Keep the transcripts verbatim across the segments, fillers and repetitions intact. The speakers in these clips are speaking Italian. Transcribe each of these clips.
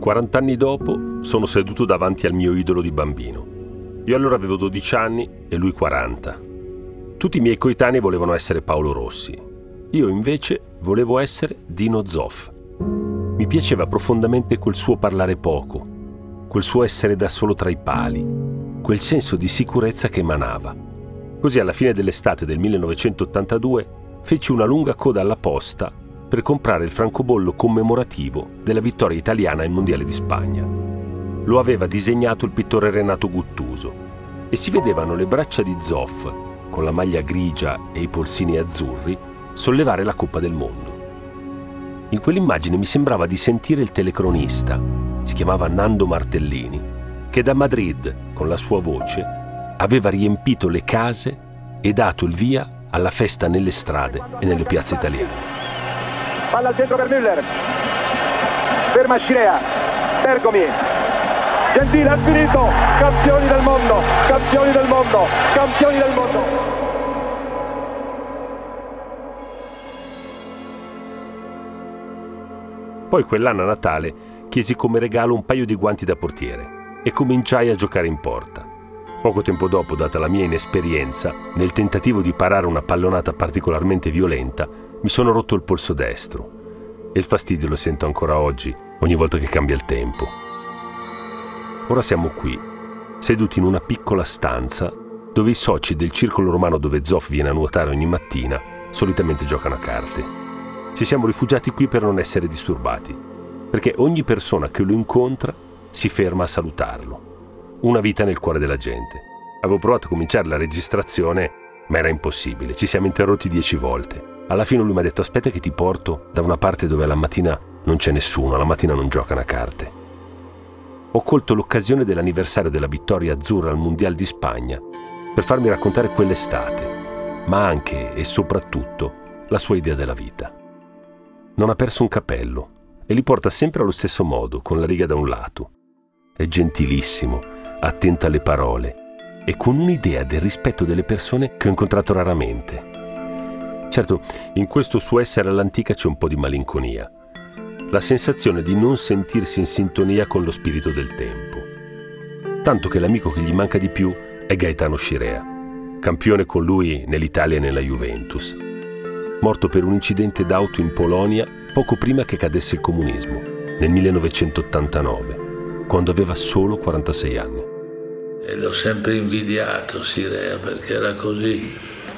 quarant'anni dopo sono seduto davanti al mio idolo di bambino. Io allora avevo dodici anni e lui quaranta. Tutti i miei coetanei volevano essere Paolo Rossi. Io invece volevo essere Dino Zoff. Mi piaceva profondamente quel suo parlare poco, quel suo essere da solo tra i pali, quel senso di sicurezza che emanava. Così alla fine dell'estate del millenovecentottantadue feci una lunga coda alla posta per comprare il francobollo commemorativo della vittoria italiana ai Mondiali di Spagna. Lo aveva disegnato il pittore Renato Guttuso e si vedevano le braccia di Zoff, con la maglia grigia e i polsini azzurri, sollevare la Coppa del Mondo. In quell'immagine mi sembrava di sentire il telecronista, si chiamava Nando Martellini, che da Madrid, con la sua voce, aveva riempito le case e dato il via alla festa nelle strade e nelle piazze italiane. Palla al centro per Müller, ferma Scirea, Bergomi, Gentile ha finito, campioni del mondo, campioni del mondo, campioni del mondo. Poi quell'anno a Natale chiesi come regalo un paio di guanti da portiere e cominciai a giocare in porta. Poco tempo dopo, data la mia inesperienza, nel tentativo di parare una pallonata particolarmente violenta, mi sono rotto il polso destro e il fastidio lo sento ancora oggi, ogni volta che cambia il tempo. Ora siamo qui, seduti in una piccola stanza dove i soci del circolo romano dove Zoff viene a nuotare ogni mattina solitamente giocano a carte. Ci siamo rifugiati qui per non essere disturbati, perché ogni persona che lo incontra si ferma a salutarlo. Una vita nel cuore della gente. Avevo provato a cominciare la registrazione, ma era impossibile. Ci siamo interrotti dieci volte. Alla fine lui mi ha detto: aspetta che ti porto da una parte dove alla mattina non c'è nessuno, alla mattina non giocano a carte. Ho colto l'occasione dell'anniversario della vittoria azzurra al Mondial di Spagna per farmi raccontare quell'estate, ma anche e soprattutto la sua idea della vita. Non ha perso un capello e li porta sempre allo stesso modo, con la riga da un lato. È gentilissimo, attento alle parole e con un'idea del rispetto delle persone che ho incontrato raramente. Certo, in questo suo essere all'antica c'è un po' di malinconia, la sensazione di non sentirsi in sintonia con lo spirito del tempo. Tanto che l'amico che gli manca di più è Gaetano Scirea, campione con lui nell'Italia e nella Juventus, morto per un incidente d'auto in Polonia poco prima che cadesse il comunismo, nel millenovecentottantanove, quando aveva solo quarantasei anni. E l'ho sempre invidiato Scirea, perché era così,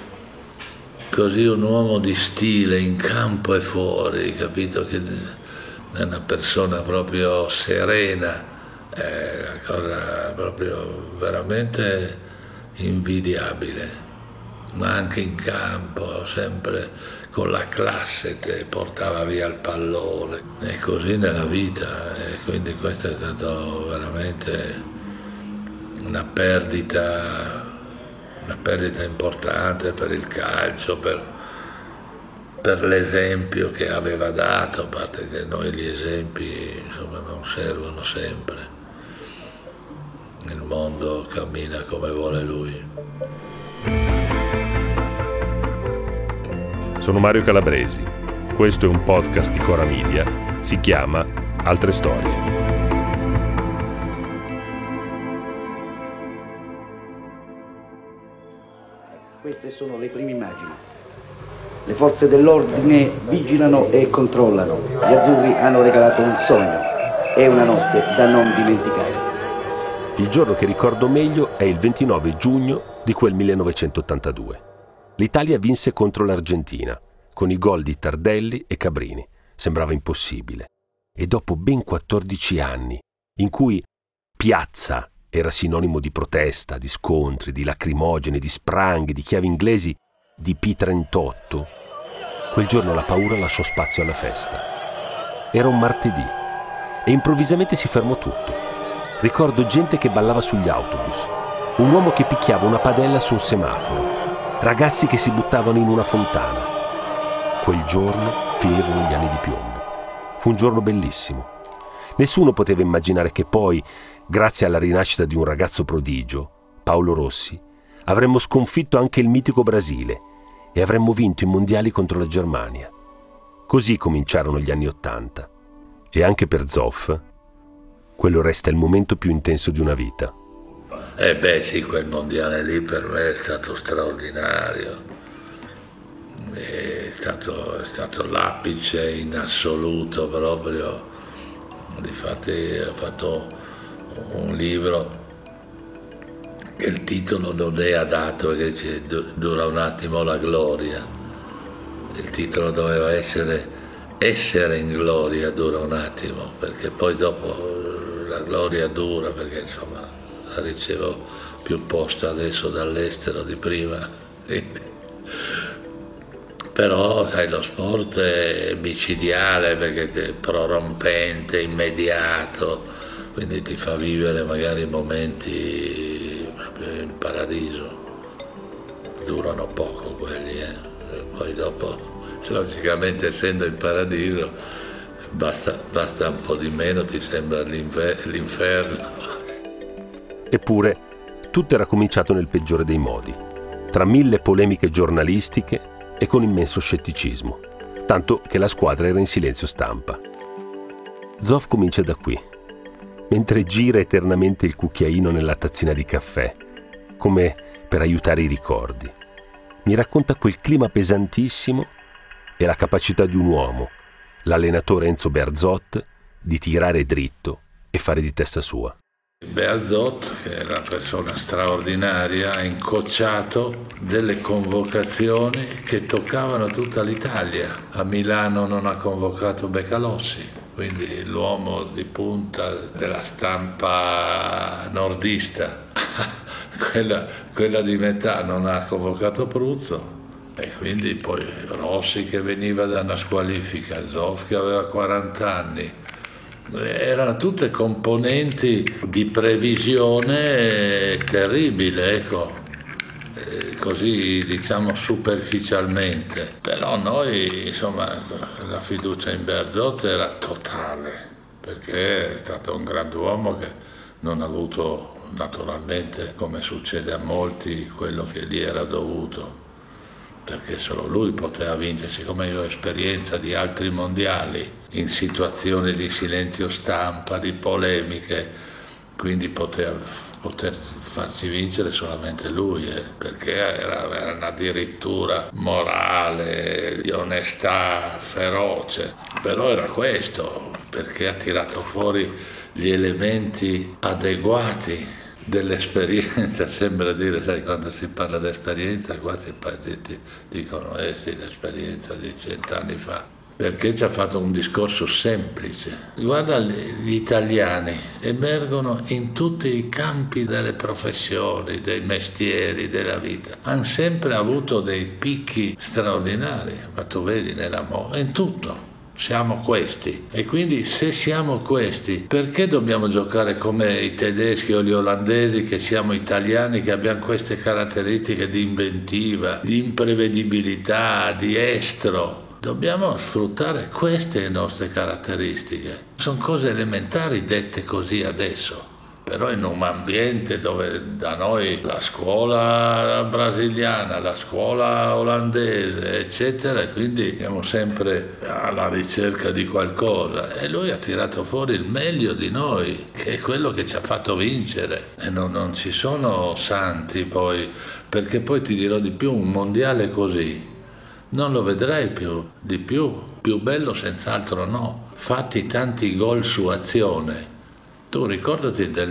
così un uomo di stile in campo e fuori, capito? Che è una persona proprio serena, è una cosa proprio veramente invidiabile, ma anche in campo, sempre con la classe te portava via il pallone, e così nella vita, e quindi questo è stato veramente una perdita, una perdita importante per il calcio, per, per l'esempio che aveva dato, a parte che noi gli esempi insomma non servono sempre, il mondo cammina come vuole lui. Sono Mario Calabresi, questo è un podcast di Cora Media, si chiama Altre Storie. Queste sono le prime immagini. Le forze dell'ordine vigilano e controllano. Gli azzurri hanno regalato un sogno. È una notte da non dimenticare. Il giorno che ricordo meglio è il ventinove giugno di quel millenovecentottantadue. L'Italia vinse contro l'Argentina, con i gol di Tardelli e Cabrini. Sembrava impossibile. E dopo ben quattordici anni, in cui piazza era sinonimo di protesta, di scontri, di lacrimogeni, di spranghi, di chiavi inglesi, di P trentotto, quel giorno la paura lasciò spazio alla festa. Era un martedì e improvvisamente si fermò tutto. Ricordo gente che ballava sugli autobus, un uomo che picchiava una padella su un semaforo, ragazzi che si buttavano in una fontana. Quel giorno finirono gli anni di piombo. Fu un giorno bellissimo. Nessuno poteva immaginare che poi, grazie alla rinascita di un ragazzo prodigio, Paolo Rossi, avremmo sconfitto anche il mitico Brasile e avremmo vinto i mondiali contro la Germania. Così cominciarono gli anni Ottanta. E anche per Zoff quello resta il momento più intenso di una vita. Eh beh sì, quel mondiale lì per me è stato straordinario, è stato, è stato l'apice in assoluto proprio. Difatti ho fatto un libro che il titolo non è adatto perché dice dura un attimo la gloria, il titolo doveva essere essere in gloria dura un attimo, perché poi dopo la gloria dura, perché insomma la ricevo più posta adesso dall'estero di prima. Però sai, lo sport è micidiale perché è prorompente, immediato, quindi ti fa vivere magari momenti proprio in paradiso. Durano poco quelli, eh. E poi dopo, logicamente essendo in paradiso, basta, basta un po' di meno, ti sembra l'infer- l'inferno. Eppure, tutto era cominciato nel peggiore dei modi, tra mille polemiche giornalistiche e con immenso scetticismo, tanto che la squadra era in silenzio stampa. Zoff comincia da qui, mentre gira eternamente il cucchiaino nella tazzina di caffè, come per aiutare i ricordi. Mi racconta quel clima pesantissimo e la capacità di un uomo, l'allenatore Enzo Bearzot, di tirare dritto e fare di testa sua. Bearzot, che è una persona straordinaria, ha incocciato delle convocazioni che toccavano tutta l'Italia. A Milano non ha convocato Becalossi, quindi l'uomo di punta della stampa nordista. quella, quella di metà non ha convocato Pruzzo, e quindi poi Rossi che veniva da una squalifica, Zoff che aveva quaranta anni. Erano tutte componenti di previsione terribile, ecco, così diciamo superficialmente. Però noi, insomma, la fiducia in Bearzot era totale, perché è stato un grand'uomo che non ha avuto naturalmente, come succede a molti, quello che gli era dovuto, perché solo lui poteva vincere. Siccome io ho esperienza di altri mondiali in situazioni di silenzio stampa, di polemiche, quindi poteva poter farci vincere solamente lui, eh, perché era, era una dirittura morale, di onestà feroce. Però era questo, perché ha tirato fuori gli elementi adeguati dell'esperienza. Sembra dire, sai, quando si parla di esperienza quasi ti dicono eh sì, l'esperienza di cent'anni fa, perché ci ha fatto un discorso semplice. Guarda, gli italiani emergono in tutti i campi delle professioni, dei mestieri, della vita, hanno sempre avuto dei picchi straordinari, ma tu vedi nell'amore, in tutto. Siamo questi, e quindi se siamo questi, perché dobbiamo giocare come i tedeschi o gli olandesi, che siamo italiani, che abbiamo queste caratteristiche di inventiva, di imprevedibilità, di estro? Dobbiamo sfruttare queste nostre caratteristiche. Sono cose elementari dette così adesso, però in un ambiente dove da noi la scuola brasiliana, la scuola olandese, eccetera, e quindi siamo sempre alla ricerca di qualcosa, e lui ha tirato fuori il meglio di noi, che è quello che ci ha fatto vincere. E non, non ci sono santi poi, perché poi ti dirò di più, un mondiale così non lo vedrai più di più, più bello senz'altro no, fatti tanti gol su azione. Tu ricordati del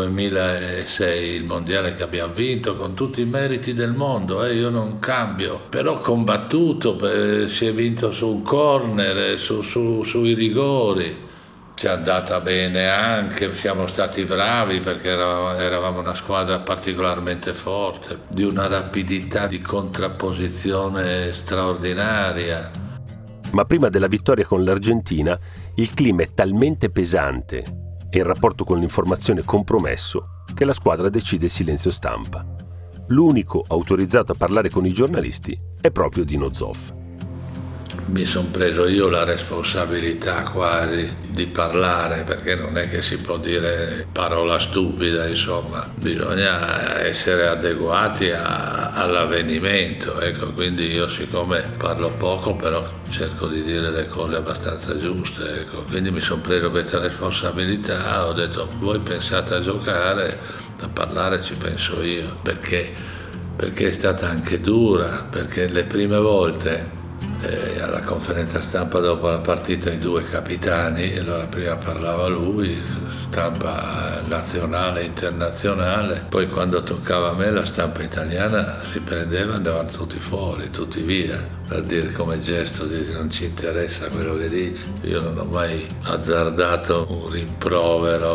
duemilasei, il mondiale che abbiamo vinto con tutti i meriti del mondo, eh, io non cambio, però combattuto, eh, si è vinto su un corner, su, su, sui rigori, ci è andata bene anche, siamo stati bravi perché eravamo, eravamo una squadra particolarmente forte, di una rapidità di contrapposizione straordinaria. Ma prima della vittoria con l'Argentina, il clima è talmente pesante e il rapporto con l'informazione compromesso che la squadra decide silenzio stampa. L'unico autorizzato a parlare con i giornalisti è proprio Dino Zoff. mi sono preso io la responsabilità quasi di parlare, perché non è che si può dire parola stupida, insomma, bisogna essere adeguati a, all'avvenimento, ecco, quindi io siccome parlo poco però cerco di dire le cose abbastanza giuste, ecco, quindi mi sono preso questa responsabilità, ho detto voi pensate a giocare, a parlare ci penso io, perché, perché è stata anche dura, perché le prime volte Eh, alla conferenza stampa dopo la partita i due capitani, e allora prima parlava lui, stampa nazionale e internazionale, poi quando toccava a me la stampa italiana si prendeva e andavano tutti fuori, tutti via, per dire come gesto di non ci interessa quello che dici. Io non ho mai azzardato un rimprovero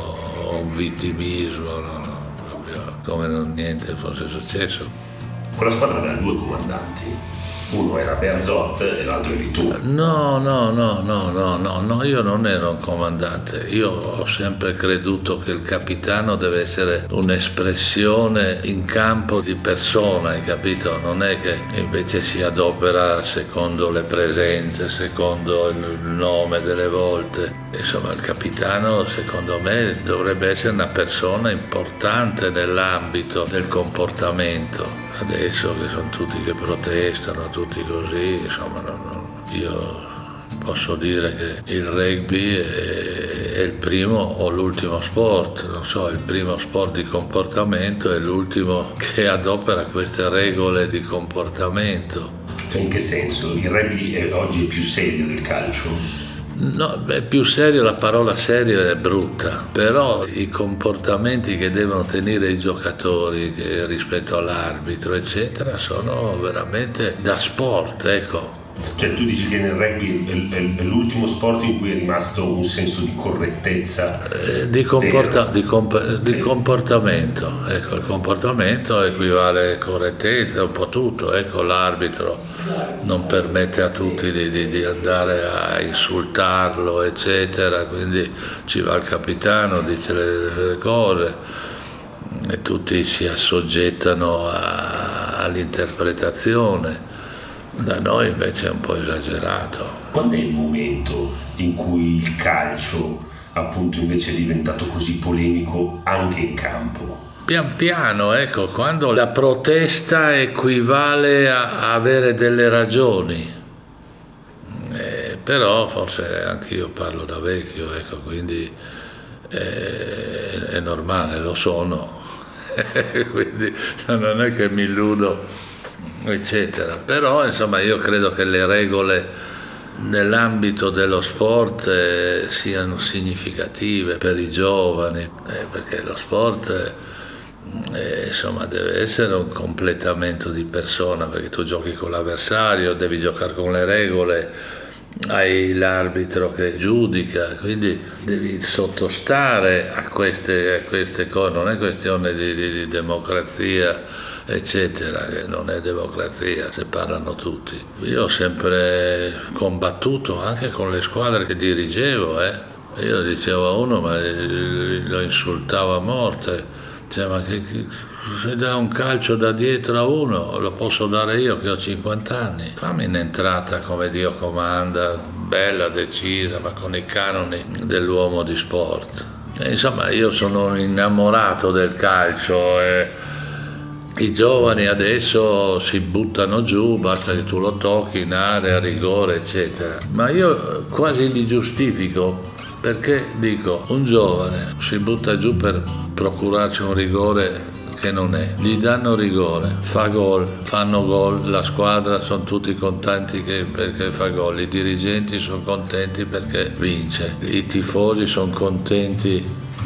o un vittimismo, no, no, proprio come non niente fosse successo. Quella squadra aveva due comandanti. Uno era Bearzot e l'altro eri tu. No, no, no, no, no, no, no, io non ero un comandante. Io ho sempre creduto che il capitano deve essere un'espressione in campo di persona, hai capito? Non è che invece si adopera secondo le presenze, secondo il nome delle volte. Insomma, il capitano, secondo me, dovrebbe essere una persona importante nell'ambito del comportamento. Adesso che sono tutti che protestano, tutti così, insomma, no, no. Io posso dire che il rugby è, è il primo o l'ultimo sport, non so, il primo sport di comportamento e l'ultimo che adopera queste regole di comportamento. Cioè, in che senso? Il rugby è oggi più serio del calcio? No, beh, più serio, la parola serio è brutta, però i comportamenti che devono tenere i giocatori che, rispetto all'arbitro, eccetera, sono veramente da sport, ecco. Cioè tu dici che nel rugby è, è, è l'ultimo sport in cui è rimasto un senso di correttezza? Eh, di, comporta- di, comp- sì. di comportamento, ecco, il comportamento equivale a correttezza, un po' tutto, ecco, l'arbitro non permette a tutti di, di, di andare a insultarlo, eccetera, quindi ci va il capitano, dice le, le cose e tutti si assoggettano a, all'interpretazione. Da noi invece è un po' esagerato. Quando è il momento in cui il calcio appunto invece è diventato così polemico anche in campo? Pian piano, ecco, quando la protesta equivale a avere delle ragioni, eh, però forse anche io parlo da vecchio, ecco, quindi eh, è normale, lo sono, quindi non è che mi illudo, eccetera, però insomma io credo che le regole nell'ambito dello sport eh, siano significative per i giovani, eh, perché lo sport eh, insomma deve essere un completamento di persona, perché tu giochi con l'avversario, devi giocare con le regole, hai l'arbitro che giudica, quindi devi sottostare a queste, a queste cose, non è questione di, di, di democrazia, eccetera, che non è democrazia se parlano tutti. Io ho sempre combattuto anche con le squadre che dirigevo, eh. Io dicevo a uno, ma lo insultavo a morte, cioè, ma che, che, se dà un calcio da dietro a uno lo posso dare io che ho cinquanta anni, fammi un'entrata come Dio comanda, bella, decisa, ma con i canoni dell'uomo di sport. E, insomma, io sono innamorato del calcio e i giovani adesso si buttano giù, basta che tu lo tocchi in area, rigore, eccetera. Ma io quasi li giustifico, perché dico, un giovane si butta giù per procurarci un rigore che non è, gli danno rigore, fa gol, fanno gol, la squadra sono tutti contenti che, perché fa gol, i dirigenti sono contenti perché vince, i tifosi sono contenti,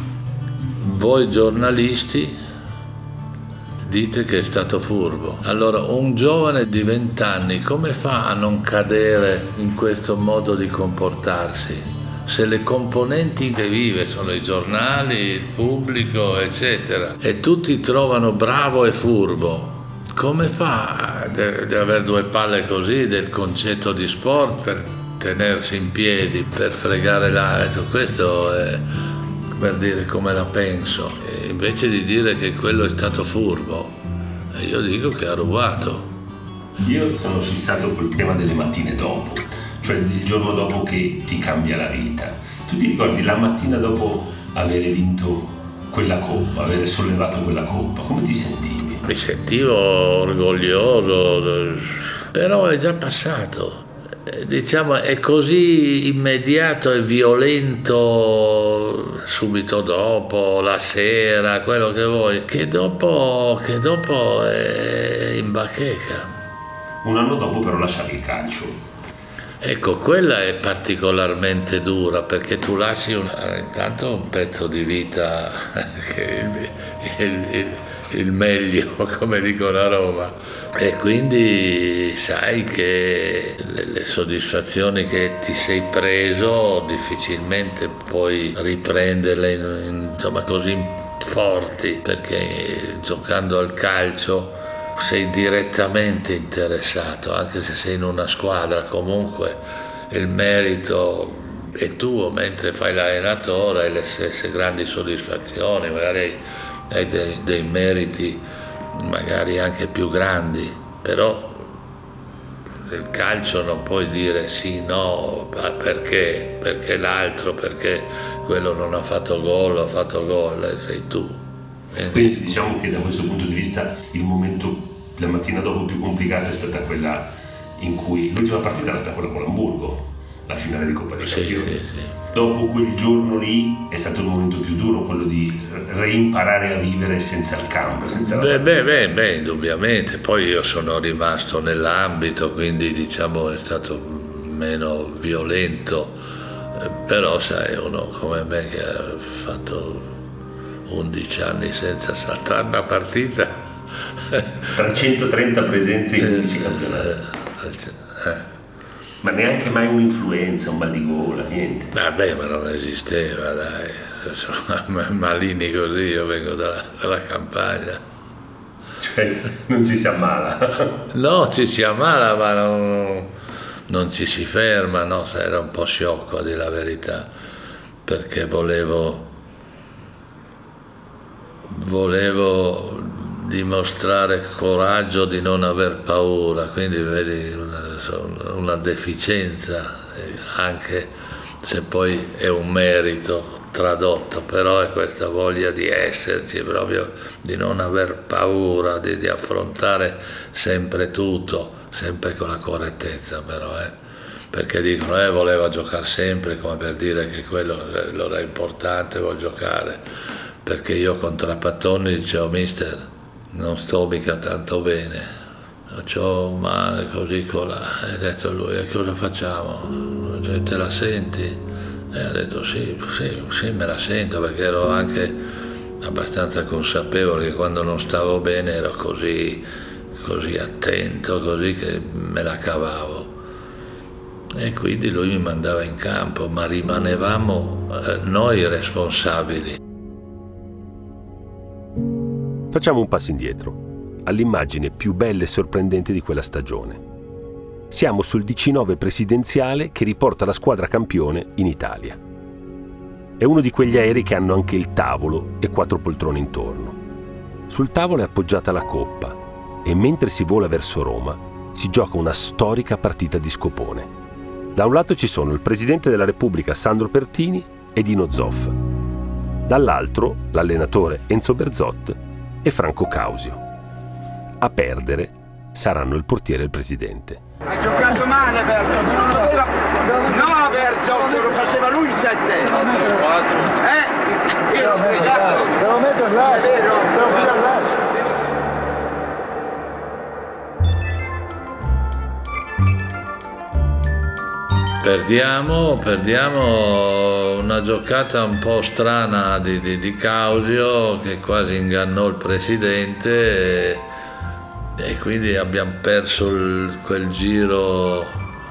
voi giornalisti dite che è stato furbo. Allora un giovane di vent'anni come fa a non cadere in questo modo di comportarsi? Se le componenti che vive sono i giornali, il pubblico, eccetera, e tutti trovano bravo e furbo, come fa di avere due palle così del concetto di sport per tenersi in piedi, per fregare l'altro? Questo è per dire come la penso, e invece di dire che quello è stato furbo, io dico che ha rubato. Io sono fissato col tema delle mattine dopo, cioè il giorno dopo che ti cambia la vita. Tu ti ricordi la mattina dopo avere vinto quella coppa, avere sollevato quella coppa, come ti sentivi? Mi sentivo orgoglioso, però è già passato. Diciamo è così immediato e violento subito dopo, la sera, quello che vuoi, che dopo, che dopo è in bacheca. Un anno dopo però lasciavi il calcio. Ecco, quella è particolarmente dura perché tu lasci un, intanto un pezzo di vita che è il, il, il, il meglio, come dicono a Roma. E quindi sai che le, le soddisfazioni che ti sei preso difficilmente puoi riprenderle in, in, insomma, così forti, perché giocando al calcio sei direttamente interessato, anche se sei in una squadra, comunque il merito è tuo, mentre fai l'allenatore hai le stesse grandi soddisfazioni, magari hai dei, dei meriti magari anche più grandi, però nel calcio non puoi dire sì, no, perché, perché l'altro, perché quello non ha fatto gol, ha fatto gol, sei tu. Quindi diciamo che da questo punto di vista il momento, la mattina dopo più complicata è stata quella in cui l'ultima partita era stata quella con l'Amburgo, la finale di Coppa dei sì, Campioni. Sì, sì. Dopo quel giorno lì è stato il momento più duro, quello di reimparare a vivere senza il campo, senza la beh, beh, beh, beh, indubbiamente. Poi io sono rimasto nell'ambito, quindi diciamo è stato meno violento, eh, però sai, uno come me che ha fatto undici anni senza saltare una partita. trecentotrenta presenze in undici campionati. Eh. Ma neanche mai un'influenza, un mal di gola, niente. Vabbè, ma non esisteva, dai. Sono malini così, io vengo dalla, dalla campagna. Cioè, non ci si ammala. No, ci si ammala, ma non, non ci si ferma, no? Era un po' sciocco, a dire la verità, perché volevo, volevo dimostrare coraggio di non aver paura, quindi vedi una, una deficienza, anche se poi è un merito tradotto, però è questa voglia di esserci, proprio di non aver paura, di, di affrontare sempre tutto, sempre con la correttezza però, eh. Perché dicono, eh, voleva giocare sempre, come per dire che quello, quello è importante, vuol giocare, perché io con Trapattoni dicevo, mister, non sto mica tanto bene, c'ho un male così colà, e ha detto lui, e cosa facciamo? Cioè, te la senti? E ha detto sì, sì, sì, me la sento, perché ero anche abbastanza consapevole che quando non stavo bene ero così, così attento, così che me la cavavo. E quindi lui mi mandava in campo, ma rimanevamo eh, noi responsabili. Facciamo un passo indietro, all'immagine più bella e sorprendente di quella stagione. Siamo sul diciannove presidenziale che riporta la squadra campione in Italia. È uno di quegli aerei che hanno anche il tavolo e quattro poltrone intorno. Sul tavolo è appoggiata la coppa e mentre si vola verso Roma si gioca una storica partita di scopone. Da un lato ci sono il Presidente della Repubblica Sandro Pertini e Dino Zoff. Dall'altro l'allenatore Enzo Berzot e Franco Causio. A perdere saranno il portiere e il presidente. Hai giocato male, Berzot, non lo doveva... No, Berzot, lo faceva lui il sette. Eh? Io l'ho gridato. Devo mettere l'asso, devo pigliare l'asso. Perdiamo, perdiamo una giocata un po' strana di, di, di Causio che quasi ingannò il presidente e, e quindi abbiamo perso il, quel giro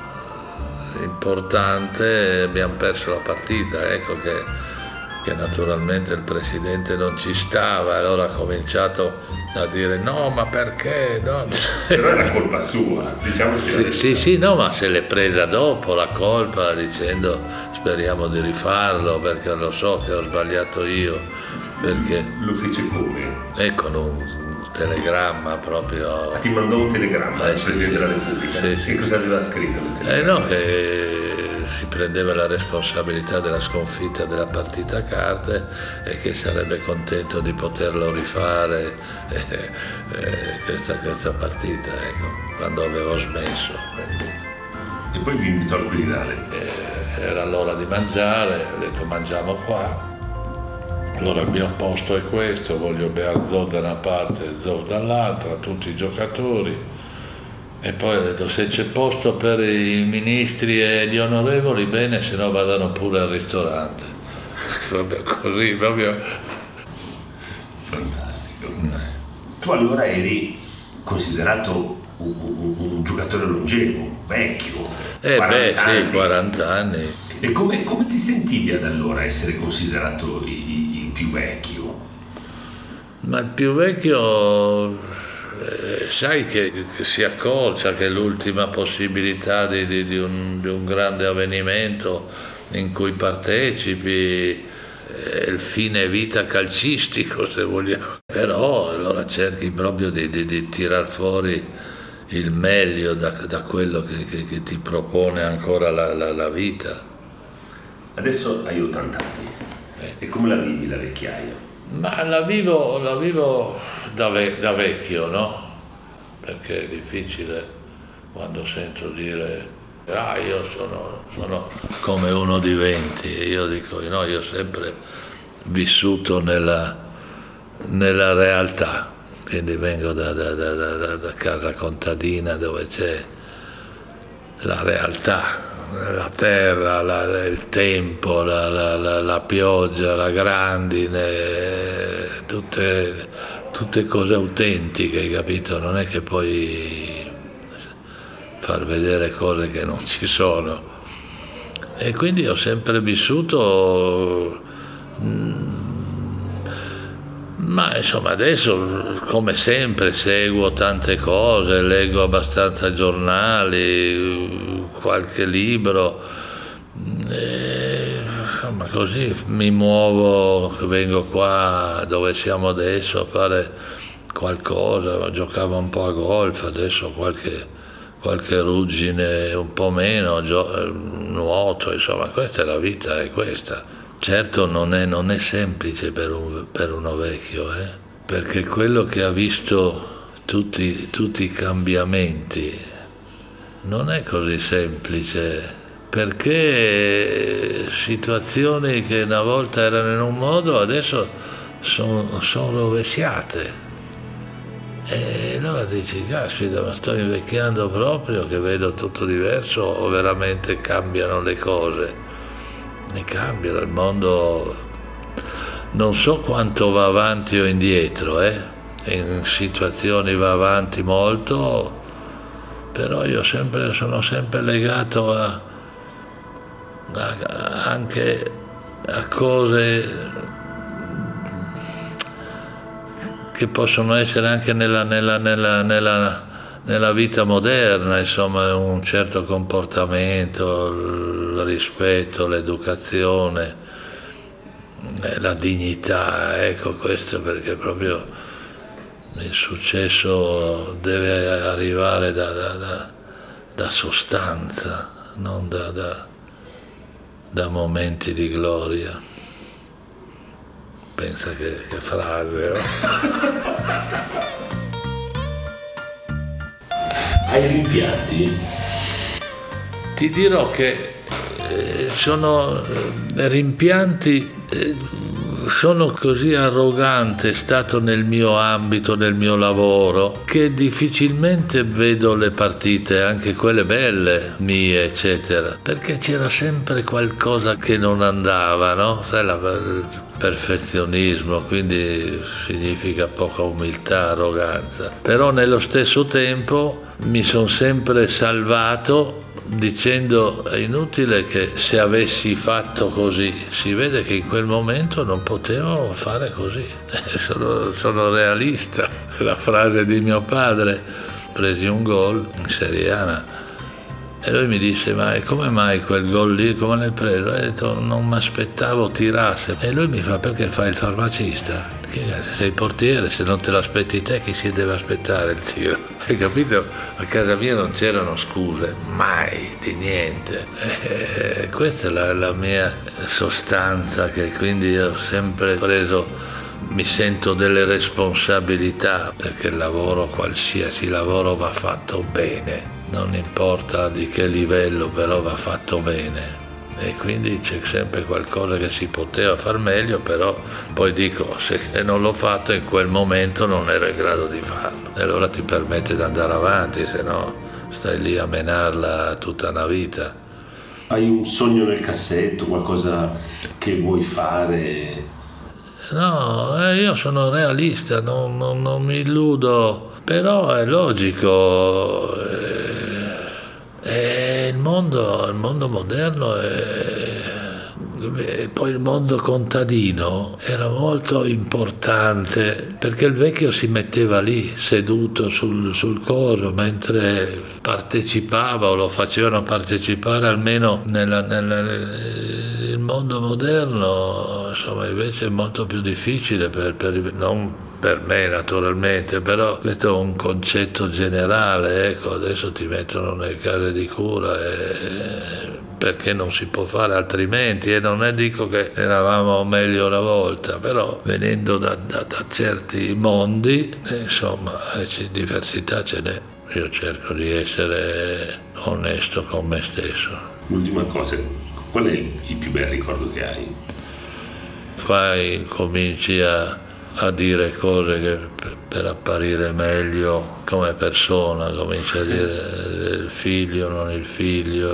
importante e abbiamo perso la partita. Ecco che, che naturalmente il presidente non ci stava, allora ha cominciato a dire no, ma perché? No. Però era colpa sua, diciamo che sì, sì, sì, no, ma se l'è presa dopo la colpa dicendo speriamo di rifarlo perché lo so che ho sbagliato io, perché lo fece come? ecco, non, telegramma proprio. Ma ti mandò un telegramma eh, al sì, Presidente sì, della Repubblica? Sì, sì. E cosa aveva scritto nel telegramma? Eh no, che si prendeva la responsabilità della sconfitta della partita a carte e che sarebbe contento di poterlo rifare eh, eh, questa, questa partita, ecco, quando avevo smesso. Quindi, e poi vi invitò al Quirinale. eh, era l'ora di mangiare, ho detto mangiamo qua. Allora il mio posto è questo, voglio Bearzot da una parte e Zoff dall'altra, tutti i giocatori. E poi ho detto se c'è posto per i ministri e gli onorevoli, bene, se no vadano pure al ristorante. Proprio così, proprio. Fantastico. Tu allora eri considerato un, un, un giocatore longevo, vecchio. Eh beh, anni. sì, quaranta anni. E come, come ti sentivi ad allora essere considerato il, il più vecchio? Ma il più vecchio, eh, sai che, che si accorcia che è l'ultima possibilità di, di, di, un, di un grande avvenimento in cui partecipi, è il fine vita calcistico se vogliamo. Però allora cerchi proprio di, di, di tirar fuori il meglio da, da quello che, che, che ti propone ancora la, la, la vita. Adesso hai ottanta anni, eh. E come la vivi la vecchiaia? Ma la vivo, la vivo da, ve, da vecchio, no? Perché è difficile quando sento dire ah io sono, sono come uno di venti, io dico no, io ho sempre vissuto nella, nella realtà, quindi vengo da, da, da, da, da casa contadina dove c'è la realtà. La terra, la, il tempo, la, la, la, la pioggia, la grandine, tutte, tutte cose autentiche, hai capito? Non è che puoi far vedere cose che non ci sono. E quindi ho sempre vissuto, ma insomma adesso come sempre seguo tante cose, leggo abbastanza giornali, qualche libro, e, insomma così mi muovo, vengo qua dove siamo adesso a fare qualcosa, giocavo un po' a golf, adesso qualche, qualche ruggine un po' meno, gio- nuoto, insomma questa è la vita, è questa. Certo non è, non è semplice per, un, per uno vecchio, eh? Perché quello che ha visto tutti, tutti i cambiamenti non è così semplice, perché situazioni che una volta erano in un modo adesso sono son rovesciate. E allora dici, caspita, ma sto invecchiando proprio che vedo tutto diverso o veramente cambiano le cose? Ne cambiano, il mondo non so quanto va avanti o indietro, eh? In situazioni va avanti molto, però io sempre, sono sempre legato a, a, anche a cose che possono essere anche nella, nella, nella, nella, nella vita moderna, insomma un certo comportamento, il rispetto, l'educazione, la dignità, ecco questo, perché proprio il successo deve arrivare da, da, da, da sostanza, non da, da, da momenti di gloria. Pensa che, che frase, no? Hai rimpianti? Ti dirò che eh, sono eh, rimpianti, eh, sono così arrogante stato nel mio ambito, nel mio lavoro, che difficilmente vedo le partite, anche quelle belle mie, eccetera, perché c'era sempre qualcosa che non andava, no? Sai, la, il perfezionismo, quindi significa poca umiltà, arroganza. Però nello stesso tempo mi sono sempre salvato dicendo è inutile che se avessi fatto così, si vede che in quel momento non potevo fare così. sono, sono realista. La frase di mio padre, presi un gol in Serie A, E lui mi disse: ma come mai quel gol lì, come l'hai preso? Ho detto: non mi aspettavo tirasse. E lui mi fa: perché fai il farmacista? Che sei portiere, se non te l'aspetti te, chi si deve aspettare il tiro? Hai capito? A casa mia non c'erano scuse, mai, di niente. E questa è la, la mia sostanza, che quindi io ho sempre preso, mi sento delle responsabilità, perché il lavoro, qualsiasi lavoro, va fatto bene, non importa di che livello, però va fatto bene. E quindi c'è sempre qualcosa che si poteva far meglio, però poi dico, se non l'ho fatto in quel momento non ero in grado di farlo, e allora ti permette di andare avanti, se no stai lì a menarla tutta una vita. Hai un sogno nel cassetto, qualcosa che vuoi fare? No, eh, io sono realista, non, non, non mi illudo, però è logico. Eh, E il mondo, il mondo moderno è, e poi il mondo contadino era molto importante, perché il vecchio si metteva lì seduto sul, sul coso mentre partecipava, o lo facevano partecipare almeno nella, nella, il mondo moderno, insomma, invece è molto più difficile per, per non per me naturalmente, però questo è un concetto generale, ecco, adesso ti mettono nelle case di cura e, perché non si può fare altrimenti, e non è dico che eravamo meglio una volta, però venendo da, da, da certi mondi, eh, insomma, diversità ce n'è. Io cerco di essere onesto con me stesso. L'ultima cosa, qual è il più bel ricordo che hai? Qua cominci a a dire cose che per, per apparire meglio come persona, cominci a dire il figlio, non il figlio,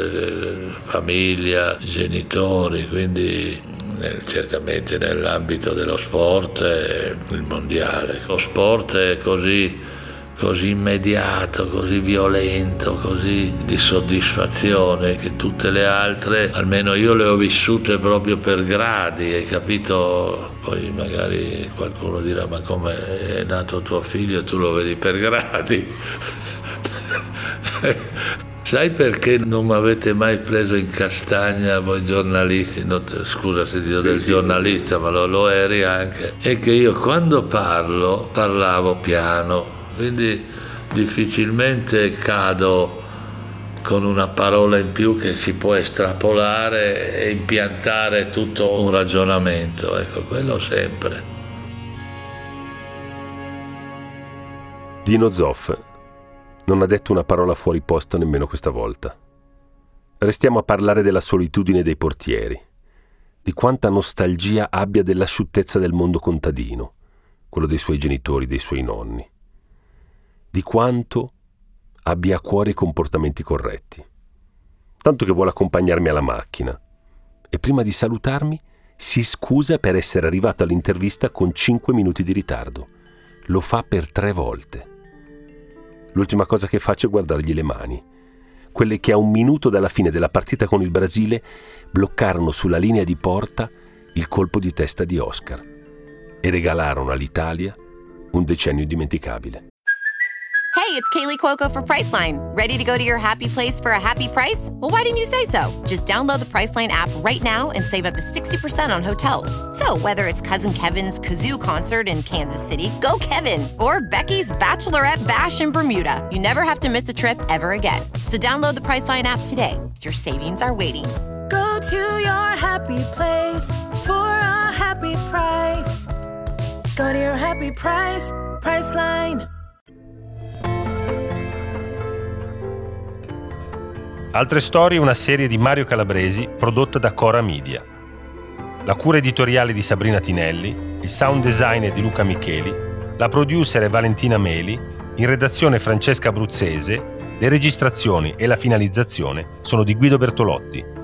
famiglia, genitori, quindi certamente nell'ambito dello sport è il mondiale. Lo sport è così così immediato, così violento, così di soddisfazione, che tutte le altre, almeno io le ho vissute proprio per gradi, hai capito? Poi magari qualcuno dirà: ma come è nato tuo figlio e tu lo vedi per gradi? Sai perché non mi avete mai preso in castagna voi giornalisti? No, scusa se dico del giornalista, ma lo, lo eri anche. È che io quando parlo, parlavo piano, quindi difficilmente cado con una parola in più che si può estrapolare e impiantare tutto un ragionamento, ecco, quello sempre. Dino Zoff non ha detto una parola fuori posto nemmeno questa volta. Restiamo a parlare della solitudine dei portieri, di quanta nostalgia abbia dell'asciuttezza del mondo contadino, quello dei suoi genitori, dei suoi nonni, di quanto abbia a cuore i comportamenti corretti, tanto che vuole accompagnarmi alla macchina e prima di salutarmi si scusa per essere arrivato all'intervista con cinque minuti di ritardo. Lo fa per tre volte. L'ultima cosa che faccio è guardargli le mani, quelle che a un minuto dalla fine della partita con il Brasile bloccarono sulla linea di porta il colpo di testa di Oscar e regalarono all'Italia un decennio indimenticabile. Hey, it's Kaylee Cuoco for Priceline. Ready to go to your happy place for a happy price? Well, why didn't you say so? Just download the Priceline app right now and save up to sixty percent on hotels. So whether it's Cousin Kevin's Kazoo Concert in Kansas City, go Kevin, or Becky's Bachelorette Bash in Bermuda, you never have to miss a trip ever again. So download the Priceline app today. Your savings are waiting. Go to your happy place for a happy price. Go to your happy price, Priceline. Altre storie è una serie di Mario Calabresi prodotta da Cora Media. La cura editoriale di Sabrina Tinelli, il sound design è di Luca Micheli, la producer è Valentina Meli, in redazione Francesca Abruzzese, le registrazioni e la finalizzazione sono di Guido Bertolotti.